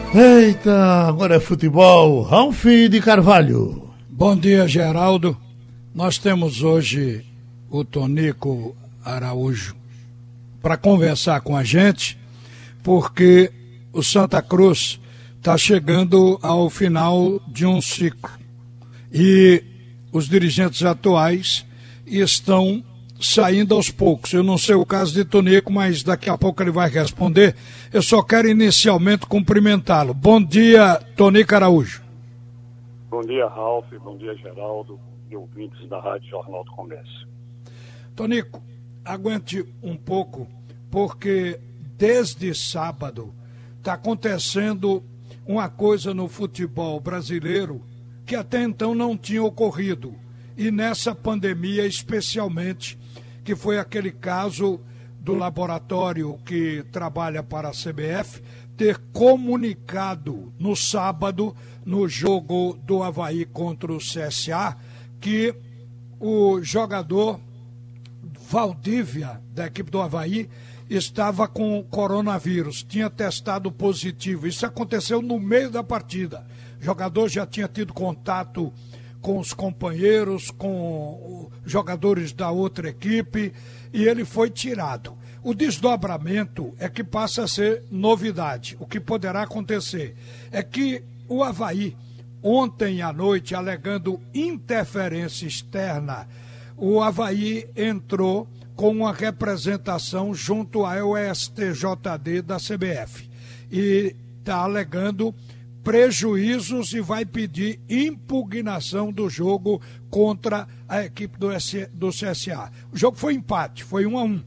Eita, agora é futebol. Ralf de Carvalho. Bom dia, Geraldo. Nós temos hoje o Tonico Araújo para conversar com a gente, porque o Santa Cruz está chegando ao final de um ciclo e os dirigentes atuais estão saindo aos poucos. Eu não sei o caso de Tonico, mas daqui a pouco ele vai responder. Eu só quero inicialmente cumprimentá-lo. Bom dia, Tonico Araújo. Bom dia, Ralf. Bom dia, Geraldo e ouvintes da Rádio Jornal do Comércio. Tonico, aguente um pouco, porque desde sábado está acontecendo uma coisa no futebol brasileiro que até então não tinha ocorrido. E nessa pandemia especialmente, que foi aquele caso do laboratório que trabalha para a CBF ter comunicado no sábado, no jogo do Avaí contra o CSA, que o jogador Valdívia, da equipe do Avaí, estava com coronavírus, tinha testado positivo. Isso aconteceu no meio da partida. O jogador já tinha tido contato com os companheiros, com jogadores da outra equipe, e ele foi tirado. O desdobramento é que passa a ser novidade. O que poderá acontecer é que o Avaí, ontem à noite, alegando interferência externa, o Avaí entrou com uma representação junto ao STJD da CBF e está alegando prejuízos e vai pedir impugnação do jogo contra a equipe do CSA. O jogo foi empate, foi 1-1.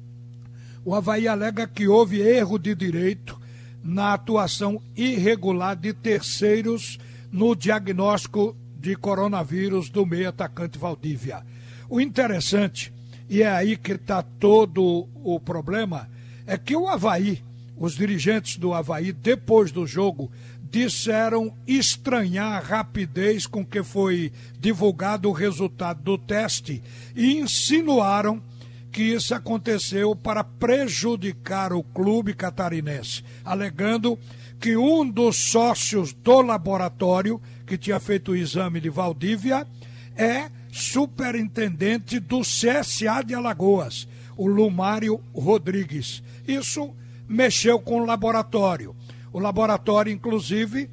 O Avaí alega que houve erro de direito na atuação irregular de terceiros no diagnóstico de coronavírus do meio atacante Valdívia. O interessante, e é aí que está todo o problema, é que o Avaí, os dirigentes do Avaí, depois do jogo, disseram estranhar a rapidez com que foi divulgado o resultado do teste e insinuaram que isso aconteceu para prejudicar o clube catarinense, alegando que um dos sócios do laboratório que tinha feito o exame de Valdívia é superintendente do CSA de Alagoas, o Lumário Rodrigues. Isso mexeu com o laboratório. O laboratório, inclusive,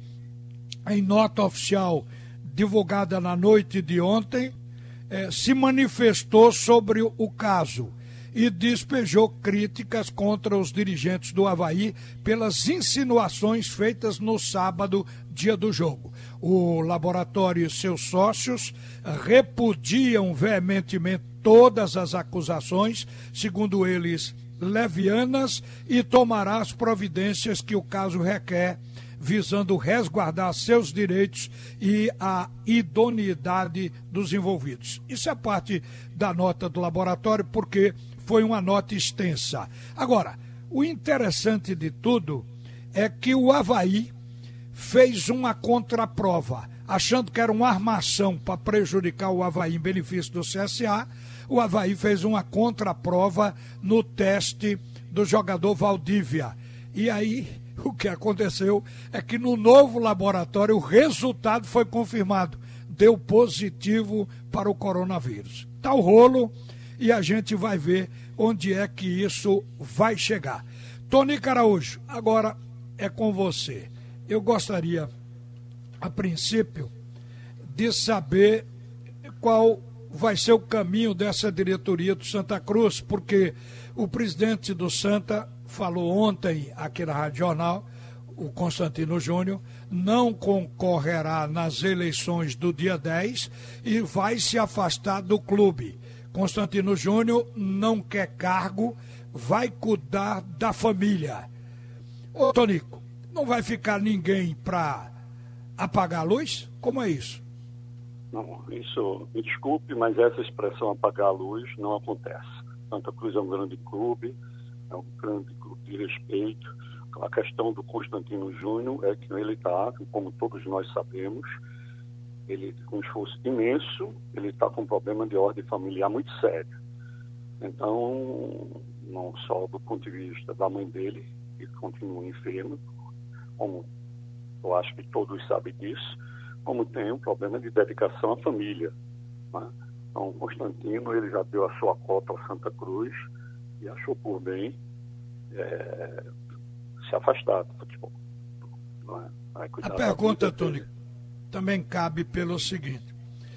em nota oficial divulgada na noite de ontem, se manifestou sobre o caso e despejou críticas contra os dirigentes do Avaí pelas insinuações feitas no sábado, dia do jogo. O laboratório e seus sócios repudiam veementemente todas as acusações, segundo eles, levianas, e tomará as providências que o caso requer, visando resguardar seus direitos e a idoneidade dos envolvidos. Isso é parte da nota do laboratório, porque foi uma nota extensa. Agora, o interessante de tudo é que o Avaí fez uma contraprova, achando que era uma armação para prejudicar o Avaí em benefício do CSA. O Avaí fez uma contraprova no teste do jogador Valdívia. E aí, o que aconteceu é que no novo laboratório o resultado foi confirmado. Deu positivo para o coronavírus. Está o rolo e a gente vai ver onde é que isso vai chegar. Tonico Araújo, agora é com você. Eu gostaria, a princípio, de saber qual vai ser o caminho dessa diretoria do Santa Cruz, porque o presidente do Santa falou ontem aqui na Rádio Jornal, o Constantino Júnior, não concorrerá nas eleições do dia 10 e vai se afastar do clube. Constantino Júnior não quer cargo, vai cuidar da família. Ô Tonico, não vai ficar ninguém para apagar a luz? Como é isso? Não, isso, me desculpe, mas essa expressão apagar a luz não acontece. Santa Cruz é um grande clube de respeito. A questão do Constantino Júnior é que ele está, como todos nós sabemos, ele com um esforço imenso, ele está com um problema de ordem familiar muito sério. Então, não só do ponto de vista da mãe dele, que continua enferma, como eu acho que todos sabem disso, como tem um problema de dedicação à família, né? Então, o Constantino, ele já deu a sua cota ao Santa Cruz e achou por bem se afastar do futebol. Não é? A pergunta, Tony, também cabe pelo seguinte.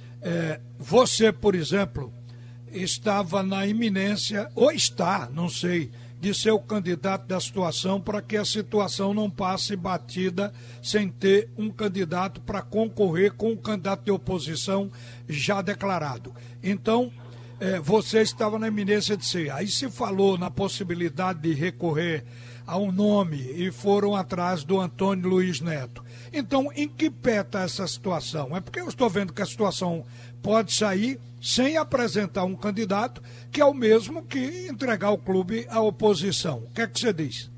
Você, por exemplo, estava na iminência, ou está, não sei, de ser o candidato da situação para que a situação não passe batida sem ter um candidato para concorrer com um candidato de oposição já declarado. Então, você estava na iminência de ser. Aí se falou na possibilidade de recorrer a um nome e foram atrás do Antônio Luiz Neto. Então, em que pé está essa situação? É porque eu estou vendo que a situação pode sair sem apresentar um candidato que é o mesmo que entregar o clube à oposição. O que é que você diz?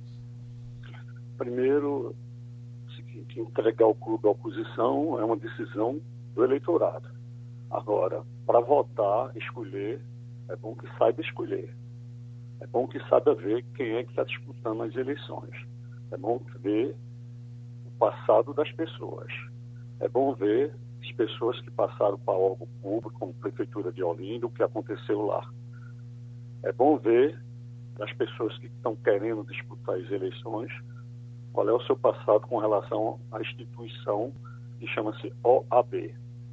Primeiro, que entregar o clube à oposição é uma decisão do eleitorado. Agora, para votar, escolher, é bom que saiba escolher. É bom que saiba ver quem é que está disputando as eleições. É bom ver o passado das pessoas. É bom ver as pessoas que passaram para órgão público, como Prefeitura de Olinda, o que aconteceu lá. É bom ver as pessoas que estão querendo disputar as eleições, qual é o seu passado com relação à instituição que chama-se OAB.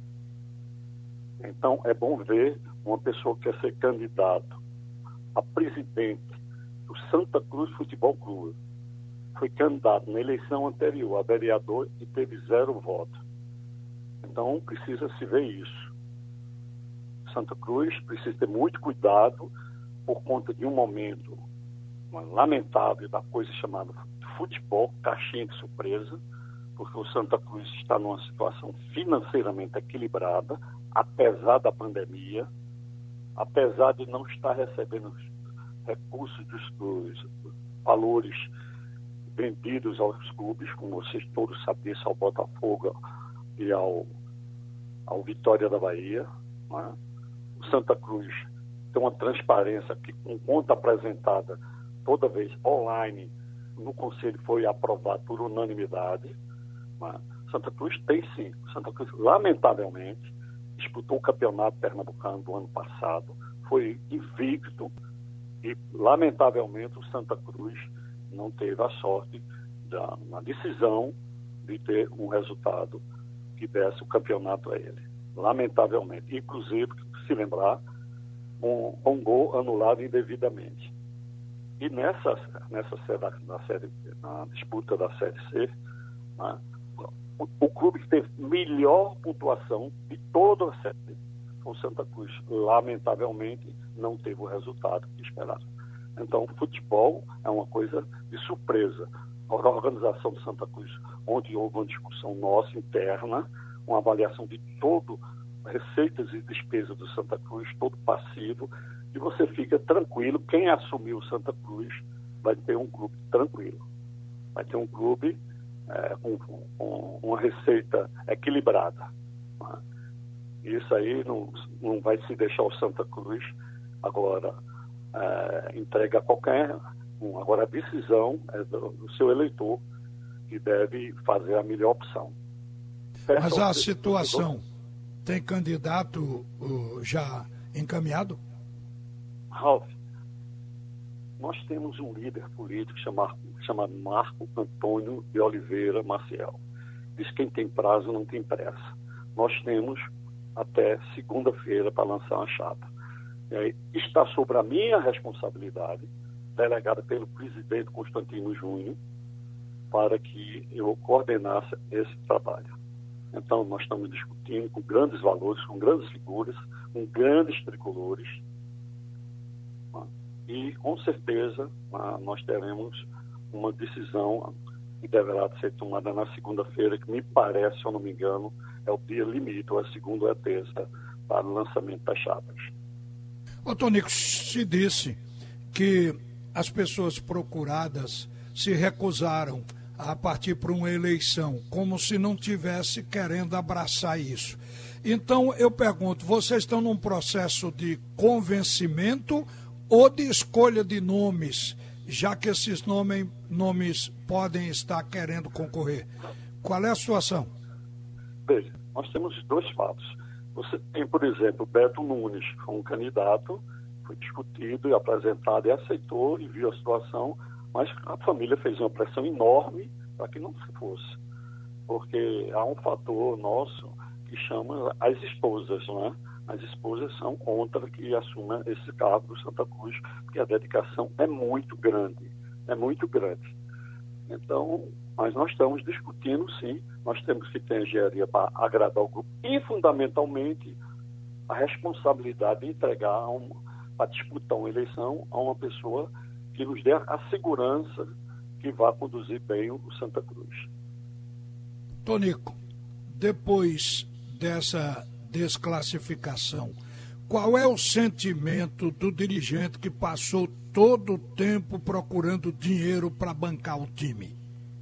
Então, é bom ver uma pessoa que quer ser candidato a presidente do Santa Cruz Futebol Clube. Foi candidato na eleição anterior a vereador e teve 0 votos. Então, precisa se ver isso. Santa Cruz precisa ter muito cuidado por conta de um momento lamentável da coisa chamada futebol, caixinha de surpresa, porque o Santa Cruz está numa situação financeiramente equilibrada, apesar da pandemia, apesar de não estar recebendo recursos dos valores vendidos aos clubes, como vocês todos sabem disso, ao Botafogo e ao Vitória da Bahia, né? O Santa Cruz tem uma transparência que, com conta apresentada toda vez online, no Conselho foi aprovado por unanimidade, né? Santa Cruz tem sim. Santa Cruz, lamentavelmente, disputou o campeonato pernambucano do ano passado, foi invicto e, lamentavelmente, o Santa Cruz não teve a sorte na decisão de ter um resultado que desse o campeonato a ele. Lamentavelmente. Inclusive, se lembrar, um gol anulado indevidamente. E na disputa da Série C, né, o clube que teve melhor pontuação de toda a série, o Santa Cruz, lamentavelmente, não teve o resultado que esperava. Então, o futebol é uma coisa de surpresa. A organização do Santa Cruz, onde houve uma discussão nossa interna, uma avaliação de todo receitas e despesas do Santa Cruz, todo passivo, e você fica tranquilo. Quem assumiu o Santa Cruz vai ter um clube tranquilo. Vai ter um clube com uma receita equilibrada. Né? Isso aí não vai se deixar o Santa Cruz agora entrega a qualquer um. Agora a decisão é do seu eleitor, que deve fazer a melhor opção. Mas a situação tem candidato já encaminhado? Ralf, nós temos um líder político chamado Marco Antônio de Oliveira Maciel. Diz que quem tem prazo não tem pressa. Nós temos até segunda-feira para lançar uma chapa. Está sobre a minha responsabilidade, delegada pelo presidente Constantino Júnior, para que eu coordenasse esse trabalho. Então, nós estamos discutindo com grandes valores, com grandes figuras, com grandes tricolores, e, com certeza, nós teremos uma decisão que deverá ser tomada na segunda-feira, que me parece, se eu não me engano, é o dia limite, ou a segunda ou a terça, para o lançamento das chapas. Ô, Tonico, se disse que as pessoas procuradas se recusaram a partir para uma eleição, como se não tivesse querendo abraçar isso. Então, eu pergunto, vocês estão num processo de convencimento ou de escolha de nomes já que esses nomes podem estar querendo concorrer. Qual é a situação? Veja, nós temos dois fatos. Você tem, por exemplo, Beto Nunes, que foi um candidato, foi discutido e apresentado e aceitou e viu a situação, mas a família fez uma pressão enorme para que não se fosse. Porque há um fator nosso que chama as esposas, não é? As esposas são contra que assuma esse cargo do Santa Cruz, porque a dedicação é muito grande, Então, mas nós estamos discutindo, sim, nós temos que ter engenharia para agradar o grupo e, fundamentalmente, a responsabilidade de entregar, para disputar uma eleição, a uma pessoa que nos dê a segurança que vai conduzir bem o Santa Cruz. Tonico, depois dessa desclassificação, qual é o sentimento do dirigente que passou todo o tempo procurando dinheiro para bancar o time?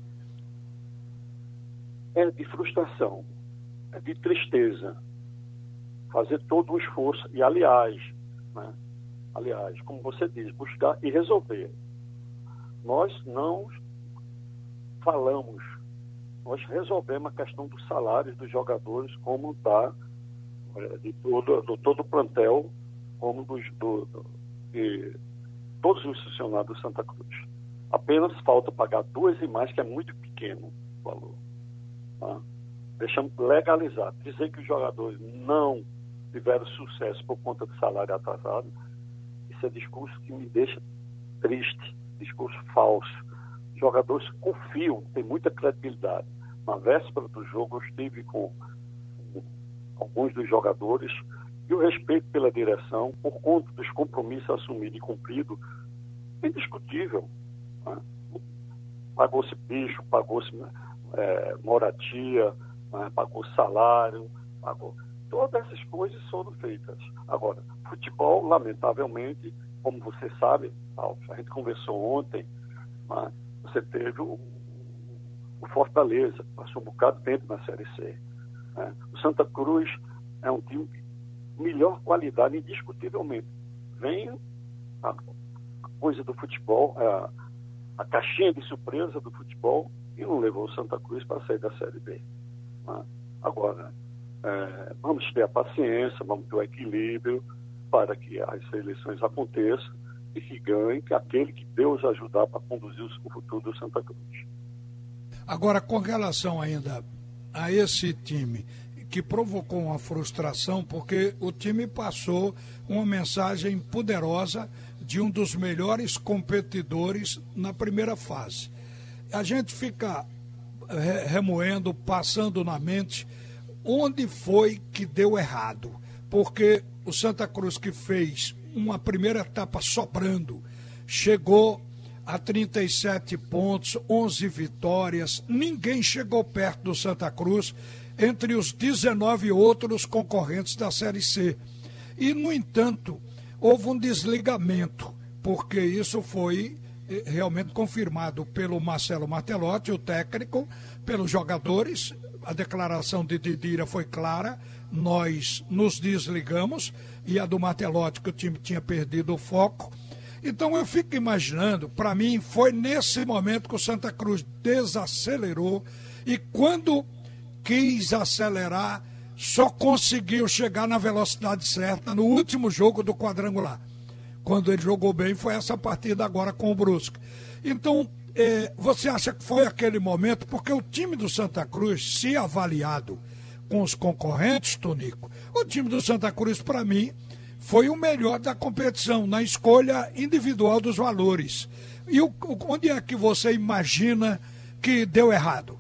É de frustração, é de tristeza. Fazer todo o esforço e, aliás, como você diz, buscar e resolver. Nós não falamos, nós resolvemos a questão dos salários dos jogadores, como está de todo o plantel, como de todos os funcionários do Santa Cruz. Apenas falta pagar 2 e mais, que é muito pequeno o valor. Tá? Deixamos legalizar. Dizer que os jogadores não tiveram sucesso por conta do salário atrasado, isso é discurso que me deixa triste, discurso falso. Os jogadores confiam, têm muita credibilidade. Na véspera do jogo, eu estive com alguns dos jogadores e o respeito pela direção, por conta dos compromissos assumidos e cumpridos, é indiscutível. Né? Pagou-se bicho, pagou-se moradia, né? Pagou salário, pagou... Todas essas coisas foram feitas. Agora, futebol, lamentavelmente, como você sabe, Alves, a gente conversou ontem, né? Você teve o Fortaleza, passou um bocado de tempo na Série C. Né? O Santa Cruz é um time de melhor qualidade, indiscutivelmente. Vem a coisa do futebol, a caixinha de surpresa do futebol, e não levou o Santa Cruz para sair da Série B. Né? Agora, vamos ter a paciência, vamos ter o equilíbrio para que as eleições aconteçam e que ganhe, que aquele que Deus ajudar para conduzir o futuro do Santa Cruz. Agora, com relação ainda a esse time, que provocou uma frustração, porque o time passou uma mensagem poderosa de um dos melhores competidores na primeira fase. A gente fica remoendo, passando na mente, onde foi que deu errado? Porque o Santa Cruz, que fez uma primeira etapa sobrando, chegou a 37 pontos, 11 vitórias, ninguém chegou perto do Santa Cruz entre os 19 outros concorrentes da Série C. E, no entanto, houve um desligamento, porque isso foi realmente confirmado pelo Marcelo Martelotti, o técnico, pelos jogadores. A declaração de Didira foi clara, nós nos desligamos, e a do Martelotti, que o time tinha perdido o foco. Então eu fico imaginando, para mim, foi nesse momento que o Santa Cruz desacelerou, e quando quis acelerar, só conseguiu chegar na velocidade certa no último jogo do quadrangular. Quando ele jogou bem, foi essa partida agora com o Brusque. Então, você acha que foi aquele momento, porque o time do Santa Cruz, se avaliado com os concorrentes, Tonico, o time do Santa Cruz, para mim, foi o melhor da competição, na escolha individual dos valores. E onde é que você imagina que deu errado?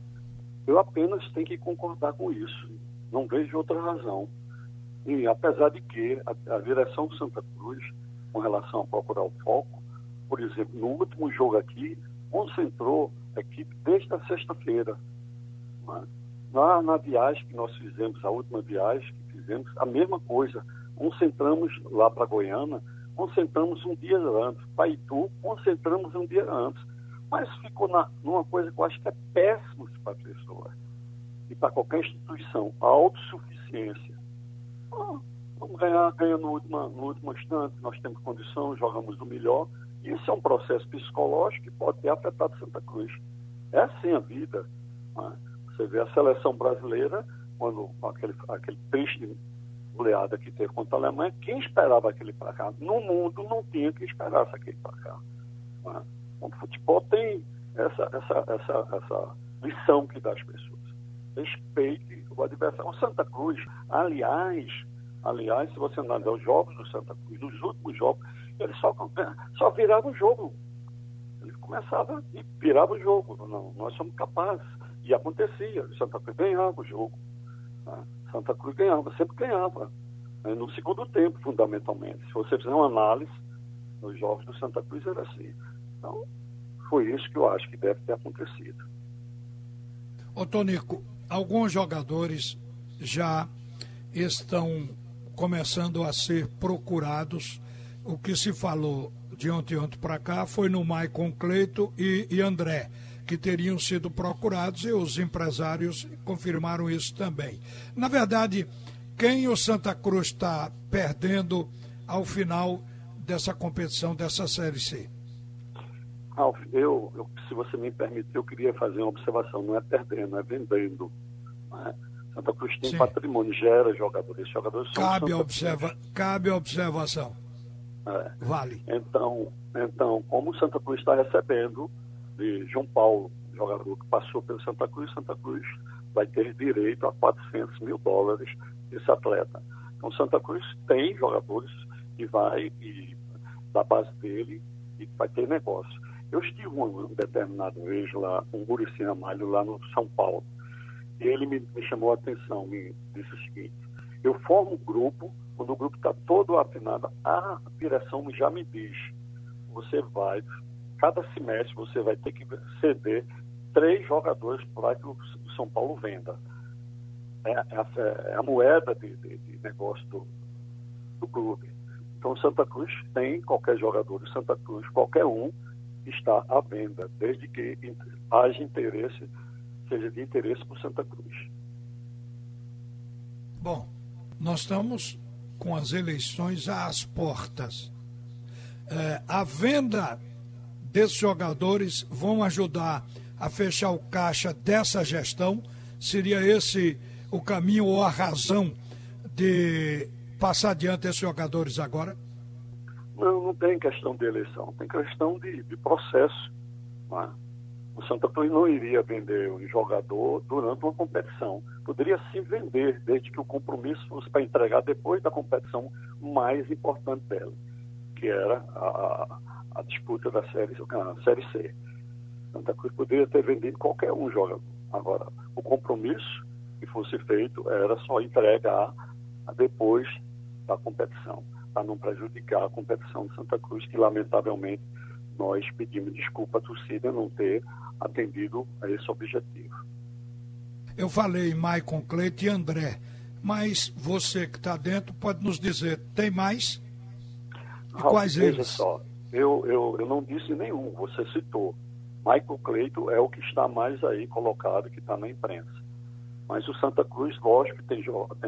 Eu apenas tenho que concordar com isso. Não vejo outra razão. E apesar de que a direção do Santa Cruz, com relação a procurar o foco, por exemplo, no último jogo aqui, concentrou a equipe desde a sexta-feira. Né? Na viagem que nós fizemos, a última viagem que fizemos, a mesma coisa. Concentramos lá para Goiânia, concentramos um dia antes. Para Itu, concentramos um dia antes. Mas ficou numa coisa que eu acho que é péssimo para a pessoa e para qualquer instituição, a autossuficiência. Vamos ganhar no último instante, nós temos condição, jogamos o melhor, Isso é um processo psicológico que pode ter afetado Santa Cruz. É assim a vida. Né? Você vê a seleção brasileira, quando aquele triste goleada que teve contra a Alemanha, quem esperava aquele placar? No mundo não tinha quem esperasse aquele placar. Né? O futebol tem essa lição que dá às pessoas. Respeite o adversário. O Santa Cruz, aliás, se você analisar os jogos do Santa Cruz, nos últimos jogos, ele só virava o jogo. Ele começava e virava o jogo. Não, nós somos capazes. E acontecia. O Santa Cruz ganhava o jogo. Né? Santa Cruz ganhava, sempre ganhava. Né? No segundo tempo, fundamentalmente. Se você fizer uma análise, nos jogos do Santa Cruz era assim. Então, foi isso que eu acho que deve ter acontecido. Ô Tonico, alguns jogadores já estão começando a ser procurados. O que se falou de ontem para cá foi no Maicon Cleito e André, que teriam sido procurados, e os empresários confirmaram isso também. Na verdade, quem o Santa Cruz está perdendo ao final dessa competição, dessa Série C? Ralf, se você me permitir, eu queria fazer uma observação. Não é perdendo, é vendendo. Né? Santa Cruz tem patrimônio, gera jogadores. Esses jogadores são cabe a observação. É. Vale. Então, como o Santa Cruz está recebendo de João Paulo, jogador que passou pelo Santa Cruz vai ter direito a $400 mil desse atleta. Então, Santa Cruz tem jogadores que vai da base dele e vai ter negócio. Eu estive um determinado vez lá, com o Muricy Ramalho, lá no São Paulo. E ele me chamou a atenção, me disse o seguinte: eu formo um grupo, quando o grupo está todo afinado, a direção já me diz, cada semestre você vai ter que ceder 3 jogadores para que o São Paulo venda. É a moeda de negócio do clube. Então, Santa Cruz tem qualquer jogador de Santa Cruz, qualquer um, está à venda, desde que haja interesse, seja de interesse por Santa Cruz. Bom, nós estamos com as eleições às portas. A venda desses jogadores vão ajudar a fechar o caixa dessa gestão? Seria esse o caminho ou a razão de passar adiante esses jogadores agora? Não tem questão de eleição, tem questão de processo. Né? O Santa Cruz não iria vender um jogador durante uma competição. Poderia sim vender, desde que o compromisso fosse para entregar depois da competição mais importante dela, que era a disputa da Série C. Santa Cruz poderia ter vendido qualquer um jogador. Agora, o compromisso que fosse feito era só entregar depois da competição, para não prejudicar a competição de Santa Cruz, que lamentavelmente nós pedimos desculpa à torcida não ter atendido a esse objetivo. Eu falei Maicon Cleito e André, mas você que está dentro pode nos dizer, tem mais? E quais eles? Veja só, eu não disse nenhum, você citou. Maicon Cleito é o que está mais aí colocado, que está na imprensa. Mas o Santa Cruz, lógico, tem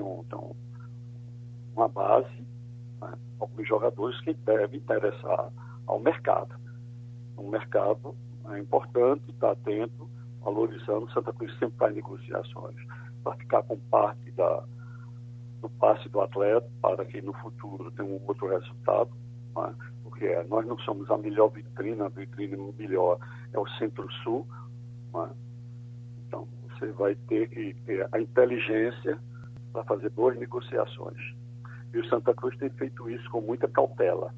uma base, né, alguns jogadores que devem interessar ao mercado. O mercado é importante, está atento, valorizando. Santa Cruz sempre faz negociações para ficar com parte do passe do atleta, para que no futuro tenha um outro resultado, né, porque nós não somos a melhor vitrine, a vitrine melhor é o Centro-Sul, né. Então você vai ter que ter a inteligência para fazer boas negociações. E o Santa Cruz tem feito isso com muita cautela.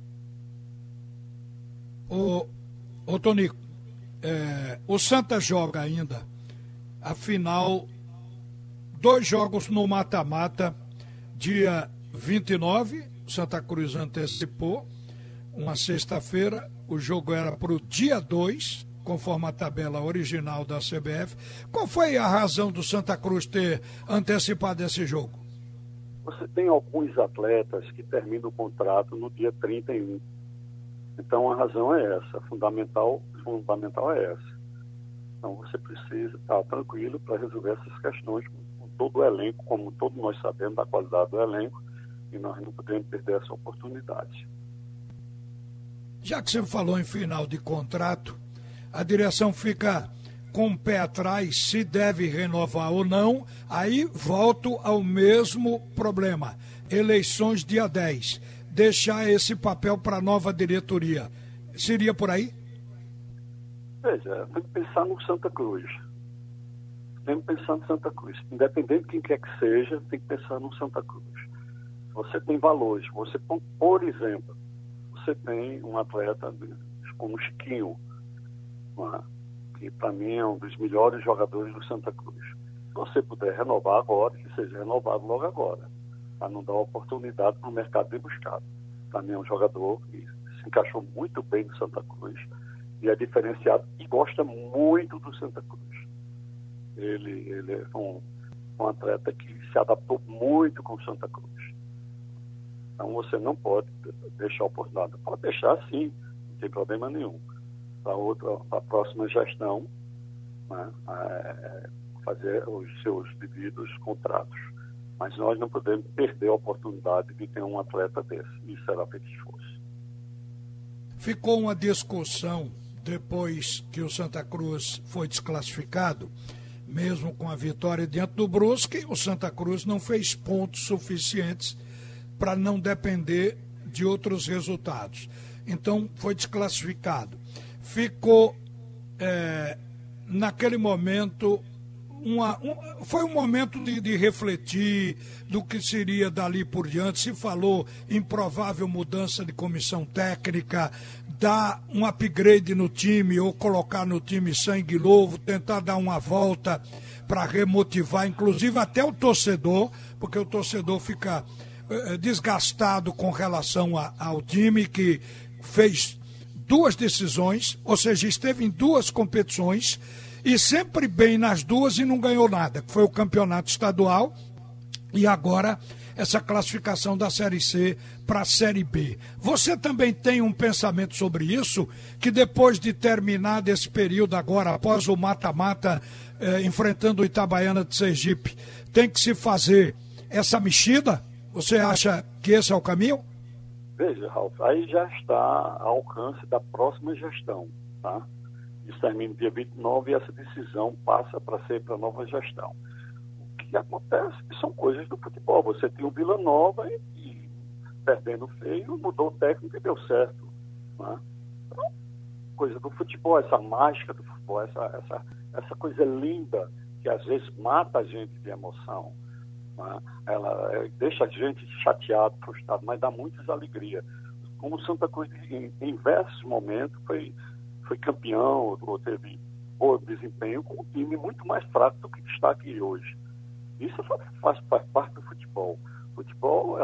Ô Tonico, o Santa joga ainda, afinal, 2 jogos no mata-mata, dia 29, Santa Cruz antecipou, uma sexta-feira, o jogo era para o dia 2, conforme a tabela original da CBF. Qual foi a razão do Santa Cruz ter antecipado esse jogo? Você tem alguns atletas que terminam o contrato no dia 31. Então a razão é essa, fundamental é essa. Então você precisa estar tranquilo para resolver essas questões com todo o elenco, como todos nós sabemos da qualidade do elenco, e nós não podemos perder essa oportunidade. Já que você falou em final de contrato, a direção fica com o pé atrás se deve renovar ou não, aí volto ao mesmo problema. Eleições dia 10. Deixar esse papel para a nova diretoria. Seria por aí? Veja, tem que pensar no Santa Cruz. Tem que pensar no Santa Cruz. Independente de quem quer que seja, tem que pensar no Santa Cruz. Você tem valores. Você, por exemplo, você tem um atleta como o Chiquinho, que para mim é um dos melhores jogadores do Santa Cruz. Se você puder renovar agora, que seja renovado logo agora, para não dar oportunidade para o mercado de buscar. Para mim é um jogador que se encaixou muito bem no Santa Cruz e é diferenciado e gosta muito do Santa Cruz. Ele é um atleta que se adaptou muito com o Santa Cruz. Então você não pode deixar a oportunidade. Pode deixar sim, não tem problema nenhum. Para a próxima gestão, né, fazer os seus devidos contratos. Mas nós não podemos perder a oportunidade de ter um atleta desse. Isso será feito esforço. Ficou uma discussão depois que o Santa Cruz foi desclassificado, mesmo com a vitória diante do Brusque, o Santa Cruz não fez pontos suficientes para não depender de outros resultados. Então, foi desclassificado. Ficou, naquele momento, foi um momento de refletir do que seria dali por diante. Se falou em provável mudança de comissão técnica, dar um upgrade no time ou colocar no time sangue novo, tentar dar uma volta para remotivar, inclusive até o torcedor, porque o torcedor fica desgastado com relação ao time que fez 2 decisões, ou seja, esteve em 2 competições e sempre bem nas 2 e não ganhou nada, que foi o campeonato estadual e agora essa classificação da Série C para a Série B. Você também tem um pensamento sobre isso, que depois de terminar desse período agora, após o mata-mata, enfrentando o Itabaiana de Sergipe, tem que se fazer essa mexida? Você acha que esse é o caminho? Veja, Ralf, aí já está ao alcance da próxima gestão, tá? Isso termina dia 29 e essa decisão passa para ser para a nova gestão. O que acontece são coisas do futebol. Você tem o Vila Nova e perdendo feio, mudou o técnico e deu certo. Né? Então, coisa do futebol, essa mágica do futebol, essa coisa linda que às vezes mata a gente de emoção. Né? Ela deixa a gente chateado, frustrado, mas dá muitas alegrias. Como o Santa Cruz, em diversos momentos, foi campeão, ou teve bom desempenho com um time muito mais fraco do que está aqui hoje. Isso faz parte do futebol. O futebol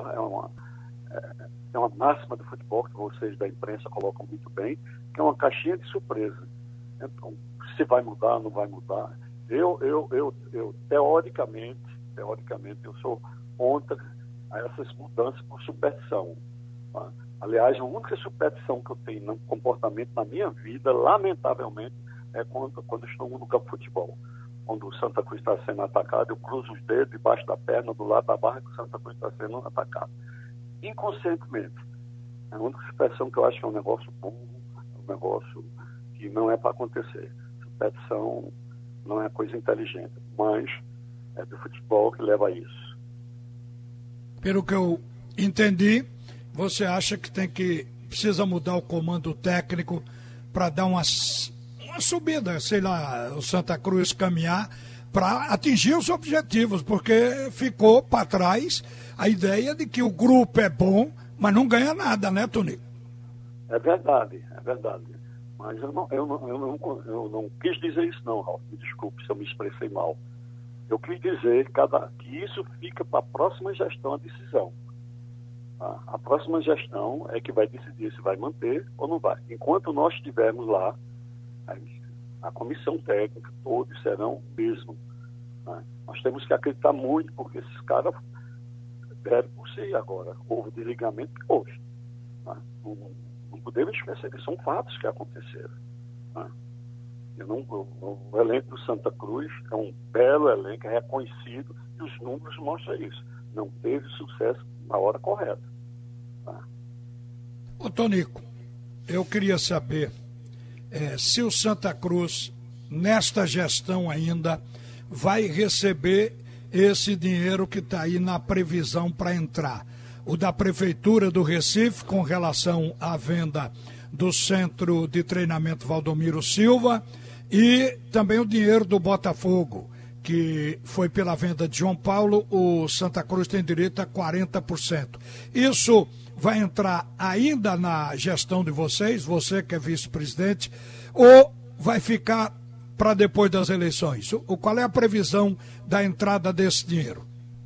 é uma máxima do futebol que vocês da imprensa colocam muito bem, que é uma caixinha de surpresa. Então, se vai mudar, não vai mudar. Eu teoricamente, eu sou contra essas mudanças por superstição. Tá? Aliás, a única superstição que eu tenho no comportamento na minha vida, lamentavelmente, é quando estou no campo de futebol. Quando o Santa Cruz está sendo atacado, eu cruzo os dedos debaixo da perna, do lado da barra, que o Santa Cruz está sendo atacado. Inconscientemente. É a única superstição que eu acho que é um negócio burro, um negócio que não é para acontecer. Superstição não é coisa inteligente, mas é do futebol que leva a isso. Pelo que eu entendi, você acha que precisa mudar o comando técnico para dar uma subida, sei lá, o Santa Cruz caminhar para atingir os objetivos, porque ficou para trás a ideia de que o grupo é bom, mas não ganha nada, né, Tonico? É verdade. Mas eu não quis dizer isso não, Ralf. Me desculpe se eu me expressei mal. Eu quis dizer que isso fica para a próxima gestão a decisão. A próxima gestão é que vai decidir se vai manter ou não vai. Enquanto nós estivermos lá, a comissão técnica, todos serão mesmo. Né? Nós temos que acreditar muito, porque esses caras deram por si agora. Houve desligamento que houve. Né? Não podemos esquecer que são fatos que aconteceram. Né? O elenco do Santa Cruz é um belo elenco, é reconhecido, e os números mostram isso. Não teve sucesso na hora correta. Tá? Ô Tonico, eu queria saber se o Santa Cruz, nesta gestão ainda, vai receber esse dinheiro que está aí na previsão para entrar. O da Prefeitura do Recife, com relação à venda do Centro de Treinamento Valdomiro Silva, e também o dinheiro do Botafogo, que foi pela venda de João Paulo, o Santa Cruz tem direito a 40%. Isso vai entrar ainda na gestão de vocês, você que é vice-presidente, ou vai ficar para depois das eleições? Qual é a previsão da entrada desse dinheiro?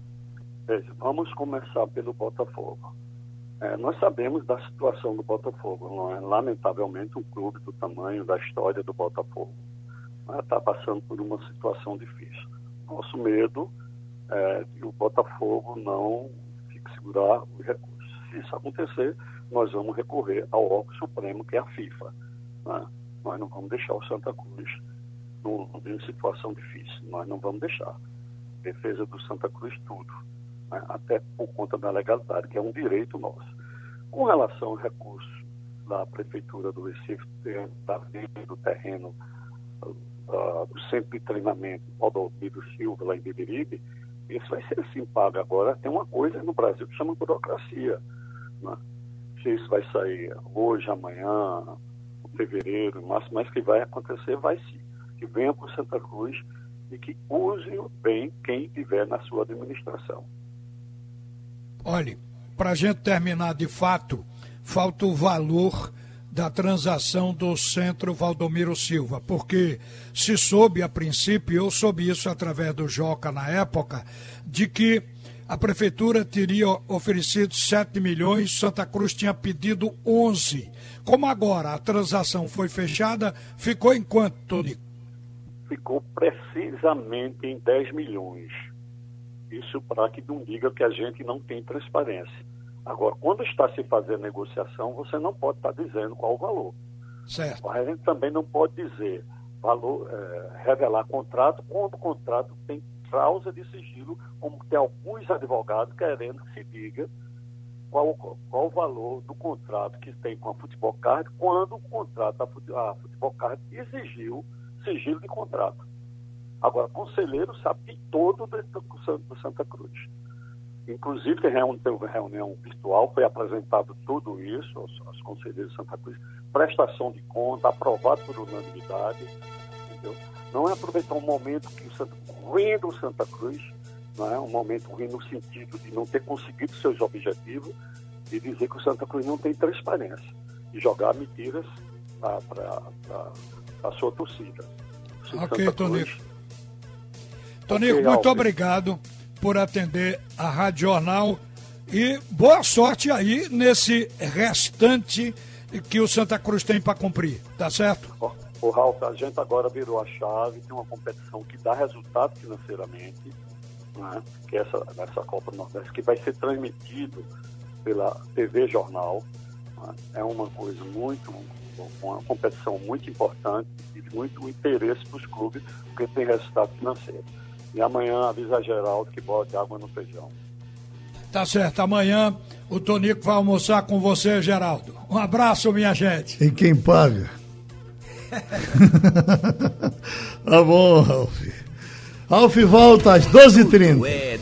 Vamos começar pelo Botafogo. Nós sabemos da situação do Botafogo, não é? Lamentavelmente, um clube do tamanho da história do Botafogo está passando por uma situação difícil. Nosso medo é que o Botafogo não fique segurar os recursos. Se isso acontecer, nós vamos recorrer ao órgão supremo, que é a FIFA. Né? Nós não vamos deixar o Santa Cruz em situação difícil. Nós não vamos deixar. Defesa do Santa Cruz, tudo. Né? Até por conta da legalidade, que é um direito nosso. Com relação ao recurso da Prefeitura do Recife, da venda do terreno do Centro de Treinamento Valdomiro Silva, lá em Beberibe, isso vai ser assim pago. Agora, tem uma coisa no Brasil que chama burocracia. Né? Se isso vai sair hoje, amanhã, em fevereiro, em março, mas que vai acontecer, vai sim. Que venha para o Santa Cruz e que use bem quem tiver na sua administração. Olha, para a gente terminar de fato, falta o valor da transação do Centro Valdomiro Silva, porque se soube a princípio, eu soube isso através do Joca na época, de que a Prefeitura teria oferecido 7 milhões, Santa Cruz tinha pedido 11. Como agora a transação foi fechada, ficou em quanto, Tonico? Ficou precisamente em 10 milhões. Isso para que não diga que a gente não tem transparência. Agora, quando está se fazendo negociação, você não pode estar dizendo qual o valor. Certo. A gente também não pode dizer valor, revelar contrato, quando o contrato tem cláusula de sigilo, como tem alguns advogados querendo que se diga qual o valor do contrato que tem com a Futebol Card, quando o contrato, a Futebol Card exigiu sigilo de contrato. Agora, o conselheiro sabe de todo do Santa Cruz. Inclusive, teve uma reunião virtual, foi apresentado tudo isso aos conselheiros de Santa Cruz, prestação de conta, aprovado por unanimidade, entendeu? Não é aproveitar um momento que ruim do Santa Cruz, não é um momento ruim no sentido de não ter conseguido seus objetivos e dizer que o Santa Cruz não tem transparência e jogar mentiras para a sua torcida. Ok, Tonico. Tonico, muito obrigado por atender a Rádio Jornal e boa sorte aí nesse restante que o Santa Cruz tem para cumprir, tá certo? O Ralf, a gente agora virou a chave, tem uma competição que dá resultado financeiramente, né? Que é essa Copa do Nordeste, que vai ser transmitido pela TV Jornal, né? É uma coisa uma competição muito importante e de muito interesse para os clubes, porque tem resultado financeiro. E amanhã avisa a Geraldo que bote água no feijão. Tá certo, amanhã o Tonico vai almoçar com você, Geraldo. Um abraço, minha gente. E quem paga? Tá bom, Ralf. Ralf volta às 12h30.